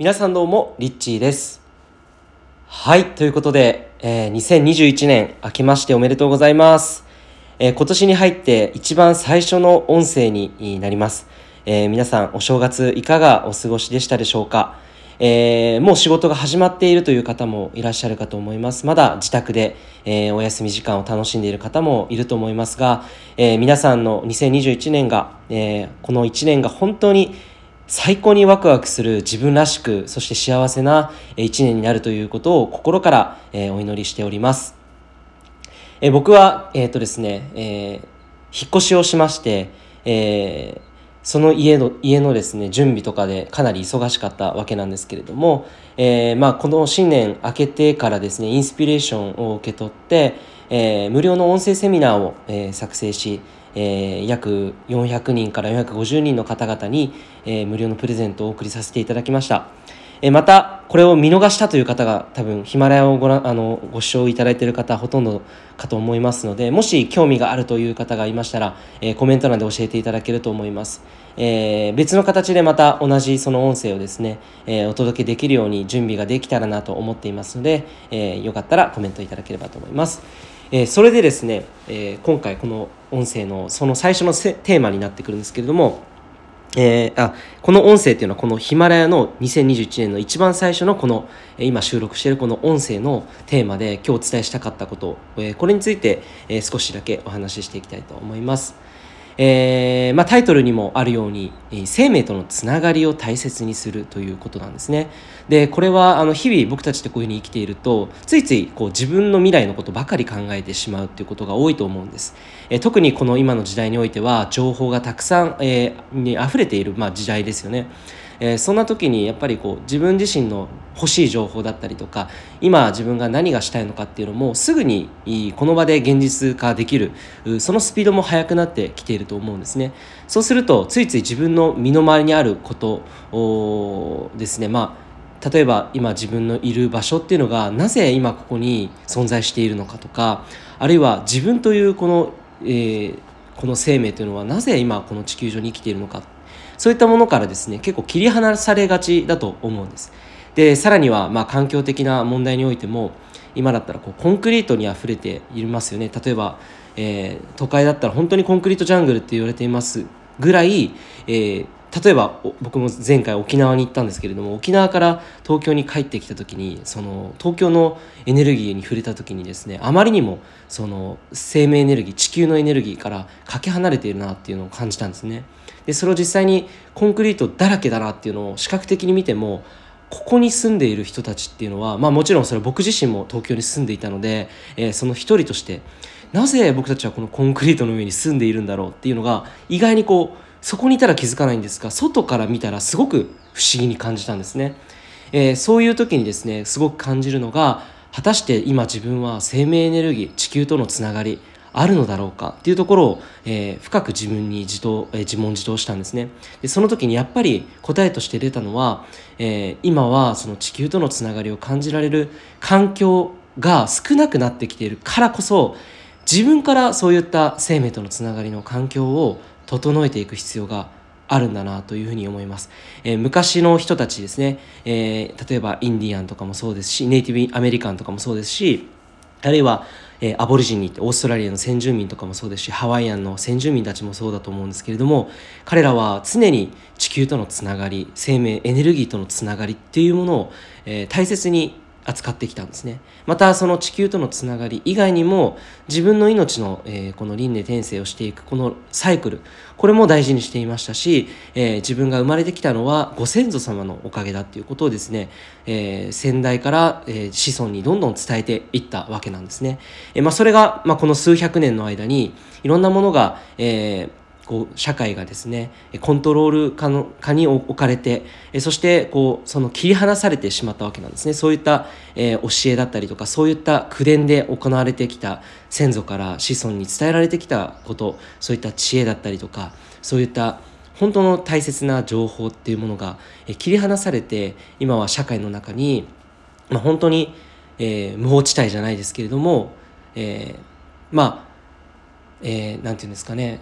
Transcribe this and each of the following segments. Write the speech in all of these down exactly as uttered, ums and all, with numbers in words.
皆さんどうもリッチーです。はい、ということで、えー、にせんにじゅういちねん明けましておめでとうございます。えー今年に入って一番最初の音声になります。えー皆さんお正月いかがお過ごしでしたでしょうか。えーもう仕事が始まっているという方もいらっしゃるかと思います。まだ自宅で、えーお休み時間を楽しんでいる方もいると思いますが、えー皆さんのにせんにじゅういちねんが、えーこのいちねんが本当に最高にワクワクする自分らしく、そして幸せな一年になるということを心からえーお祈りしております。えー僕は、えっとですね、えー引っ越しをしまして、えーその家の、家のですね、準備とかでかなり忙しかったわけなんですけれども、えーまあ、この新年明けてからですね、インスピレーションを受け取って、えー無料の音声セミナーを、えー作成し、えー約よんひゃくにんからよんひゃくごじゅうにんの方々に、えー無料のプレゼントをお送りさせていただきました。えーまたこれを見逃したという方が多分ヒマラヤをご覧あのご視聴いただいている方ほとんどかと思いますので、もし興味があるという方がいましたら、えーコメント欄で教えていただけると思います。えー別の形でまた同じその音声をですね、えーお届けできるように準備ができたらなと思っていますので、えーよかったらコメントいただければと思います。えーそれでですね、えー今回この音声のその最初のせテーマになってくるんですけれども、えー、あこの音声っていうのはこのヒマラヤのにせんにじゅういちねんの一番最初のこのえー今収録しているこの音声のテーマで今日お伝えしたかったこと、えーこれについて、えー少しだけお話ししていきたいと思います。えーまあ、タイトルにもあるように、えー生命とのつながりを大切にするということなんですね。でこれはあの日々僕たちってこういうふうに生きているとついついこう自分の未来のことばかり考えてしまうということが多いと思うんです。えー特にこの今の時代においては情報がたくさん、えーに溢れている、まあ、時代ですよね。えーそんな時にやっぱりこう自分自身の欲しい情報だったりとか、今自分が何がしたいのかっていうのもすぐにこの場で現実化できる、うそのスピードも速くなってきていると思うんですね。そうするとついつい自分の身の回りにあることをですね、まあ例えば今自分のいる場所っていうのがなぜ今ここに存在しているのかとか、あるいは自分というこの、えーこの生命というのはなぜ今この地球上に生きているのか、そういったものからですね結構切り離されがちだと思うんです。でさらにはまあ環境的な問題においても今だったらこうコンクリートにあふれていますよね。例えば、えー都会だったら本当にコンクリートジャングルって言われていますぐらい、えー例えばお僕も前回沖縄に行ったんですけれども、沖縄から東京に帰ってきた時にその東京のエネルギーに触れた時にですね、あまりにもその生命エネルギー、地球のエネルギーからかけ離れているなっていうのを感じたんですね。でそれを実際にコンクリートだらけだなっていうのを視覚的に見ても、ここに住んでいる人たちっていうのは、まあ、もちろんそれは僕自身も東京に住んでいたので、えーその一人としてなぜ僕たちはこのコンクリートの上に住んでいるんだろうっていうのが意外にこうそこにいたら気づかないんですが、外から見たらすごく不思議に感じたんですね。えーそういう時にですねすごく感じるのが、果たして今自分は生命エネルギー、地球とのつながりあるのだろうかっていうところを、えー深く自分に自答、えー自問自答したんですね。でその時にやっぱり答えとして出たのは、えー今はその地球とのつながりを感じられる環境が少なくなってきているからこそ、自分からそういった生命とのつながりの環境を整えていく必要があるんだなというふうに思います。えー昔の人たちですね、えー例えばインディアンとかもそうですし、ネイティブアメリカンとかもそうですし、あるいは、えーアボリジニってオーストラリアの先住民とかもそうですし、ハワイアンの先住民たちもそうだと思うんですけれども、彼らは常に地球とのつながり、生命エネルギーとのつながりっていうものを、えー大切に扱ってきたんですね。またその地球とのつながり以外にも自分の命の、えーこの輪廻転生をしていくこのサイクル、これも大事にしていましたし、えー自分が生まれてきたのはご先祖様のおかげだっていうことをですね、えー先代から、えー子孫にどんどん伝えていったわけなんですね。えーまあ、それが、まあ、この数百年の間にいろんなものが、えーこう社会がですねコントロール下の下に置かれて、えそしてこうその切り離されてしまったわけなんですね。そういった、えー教えだったりとか、そういった口伝で行われてきた、先祖から子孫に伝えられてきたこと、そういった知恵だったりとか、そういった本当の大切な情報っていうものが、えー切り離されて、今は社会の中に、まあ、本当に、えー無法地帯じゃないですけれども、えーまあ、えーなんていうんですかね、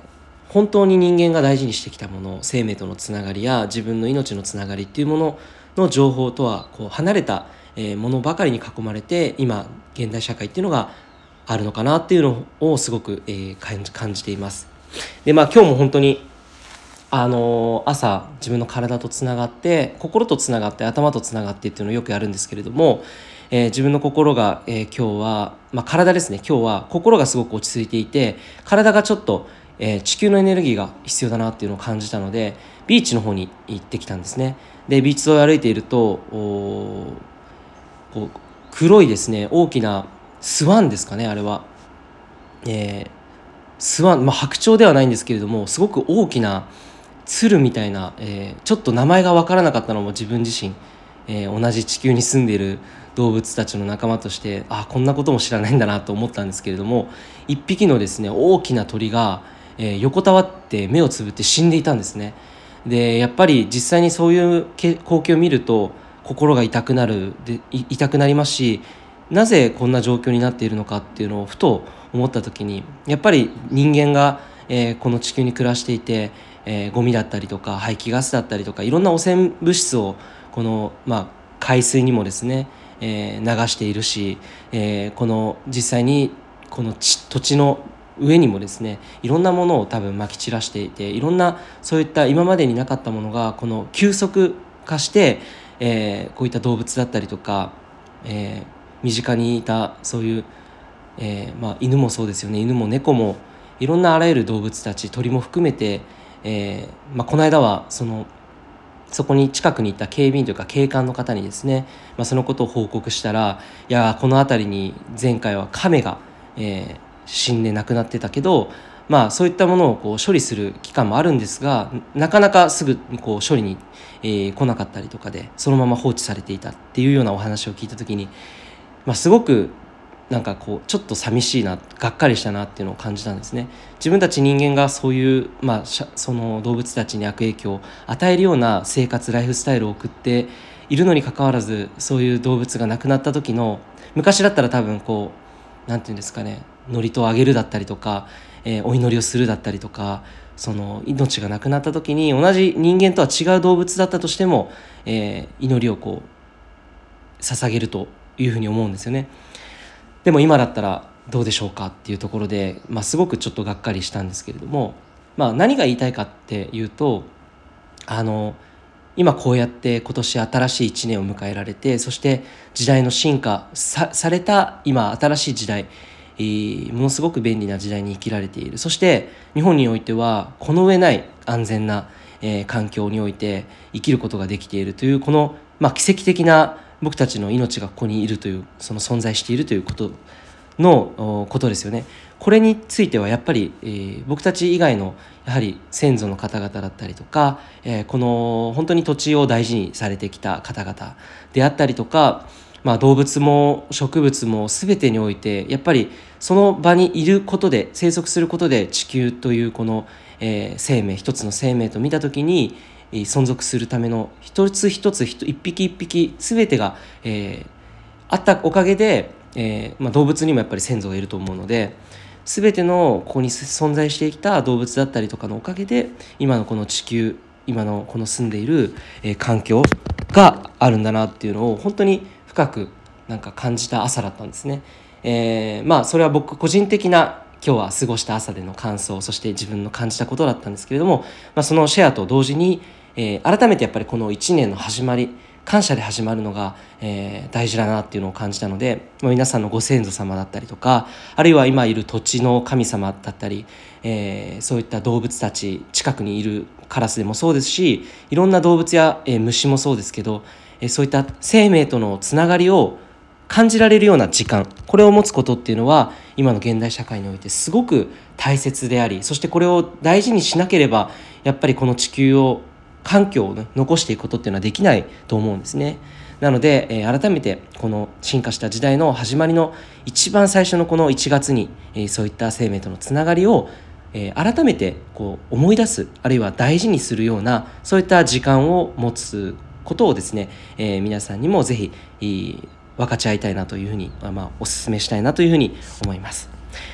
本当に人間が大事にしてきたもの、生命とのつながりや自分の命のつながりっていうものの情報とはこう離れたえーものばかりに囲まれて今現代社会っていうのがあるのかなっていうのをすごく、えー感じ感じています。でまあ今日も本当にあのー朝自分の体とつながって心とつながって頭とつながってっていうのをよくやるんですけれども、えー自分の心が、えー今日は、まあ、体ですね。今日は心がすごく落ち着いていて、体がちょっと、えー地球のエネルギーが必要だなっていうのを感じたので、ビーチの方に行ってきたんですね。でビーチ沿いを歩いているとおーこう黒いですね、大きなスワンですかね、あれは、えースワン、まあ、白鳥ではないんですけれども、すごく大きな鶴みたいな、えーちょっと名前が分からなかったのも自分自身、えー同じ地球に住んでいる動物たちの仲間として、あこんなことも知らないんだなと思ったんですけれども、一匹のですね大きな鳥が、えー横たわって目をつぶって死んでいたんですね。でやっぱり実際にそういうけ光景を見ると心が痛くなるでい痛くなりますし、なぜこんな状況になっているのかっていうのをふと思った時に、やっぱり人間が、えーこの地球に暮らしていて、えーゴミだったりとか排気ガスだったりとかいろんな汚染物質をこの、まあ、海水にもですね、えー流しているし、えーこの実際にこの地土地の上にもですねいろんなものを多分まき散らしていて、いろんなそういった今までになかったものがこの急速化して、えーこういった動物だったりとか、えー身近にいたそういう、えーまあ、犬もそうですよね。犬も猫もいろんなあらゆる動物たち、鳥も含めて、えーまあ、この間はそのそこに近くに行った警備員というか警官の方にですね、まあ、そのことを報告したら、いやこの辺りに前回は亀が、えー死んで亡くなってたけど、まあ、そういったものをこう処理する期間もあるんですが、なかなかすぐこう処理に、えー来なかったりとかでそのまま放置されていたっていうようなお話を聞いた時に、まあ、すごくなんかこうちょっと寂しいな、がっかりしたなっていうのを感じたんですね。自分たち人間がそういう、まあ、しゃその動物たちに悪影響を与えるような生活ライフスタイルを送っているのにかかわらず、そういう動物が亡くなった時の、昔だったら多分こうなんていうんですかね、祝詞をあげるだったりとか、えーお祈りをするだったりとか、その命がなくなった時に同じ人間とは違う動物だったとしても、えー祈りをこう捧げるというふうに思うんですよね。でも今だったらどうでしょうかっていうところで、まあ、すごくちょっとがっかりしたんですけれども、まあ、何が言いたいかっていうと、あの今こうやって今年新しいいちねんを迎えられて、そして時代の進化 さ, された今新しい時代、えーものすごく便利な時代に生きられている。そして日本においてはこの上ない安全な、えー環境において生きることができているという、この、まあ、奇跡的な僕たちの命がここにいるという、その存在しているということのおことですよね。これについてはやっぱり、えー僕たち以外のやはり先祖の方々だったりとか、えーこの本当に土地を大事にされてきた方々であったりとか、まあ、動物も植物も全てにおいてやっぱりその場にいることで、生息することで地球というこの、えー生命、一つの生命と見たときに、えー存続するための一つ一つ一匹一匹全てが、えーあったおかげで、えーまあ、動物にもやっぱり先祖がいると思うので、全てのここに存在してきた動物だったりとかのおかげで今のこの地球、今のこの住んでいる、えー環境があるんだなっていうのを本当に深くなんか感じた朝だったんですね。えーまあそれは僕個人的な今日は過ごした朝での感想、そして自分の感じたことだったんですけれども、まあ、そのシェアと同時に、えー改めてやっぱりこのいちねんの始まり、感謝で始まるのが、えー大事だなっていうのを感じたので、まあ皆さんのご先祖様だったりとか、あるいは今いる土地の神様だったり、えーそういった動物たち、近くにいるカラスでもそうですし、いろんな動物や、えー虫もそうですけど、えーそういった生命とのつながりを感じられるような時間、これを持つことっていうのは今の現代社会においてすごく大切であり、そしてこれを大事にしなければやっぱりこの地球を、環境を、ね、残していくことっていうのはできないと思うんですね。なので、えー改めてこの進化した時代の始まりの一番最初のこのいちがつに、えーそういった生命とのつながりを、えー改めてこう思い出す、あるいは大事にするようなそういった時間を持つことをですね、えー皆さんにもぜひ、いい分かち合いたいなというふうに、まあ、まあお勧めしたいなというふうに思います。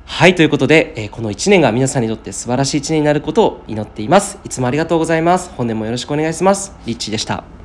はい、ということで、えーこのいちねんが皆さんにとって素晴らしいいちねんになることを祈っています。いつもありがとうございます。本年もよろしくお願いします。リッチーでした。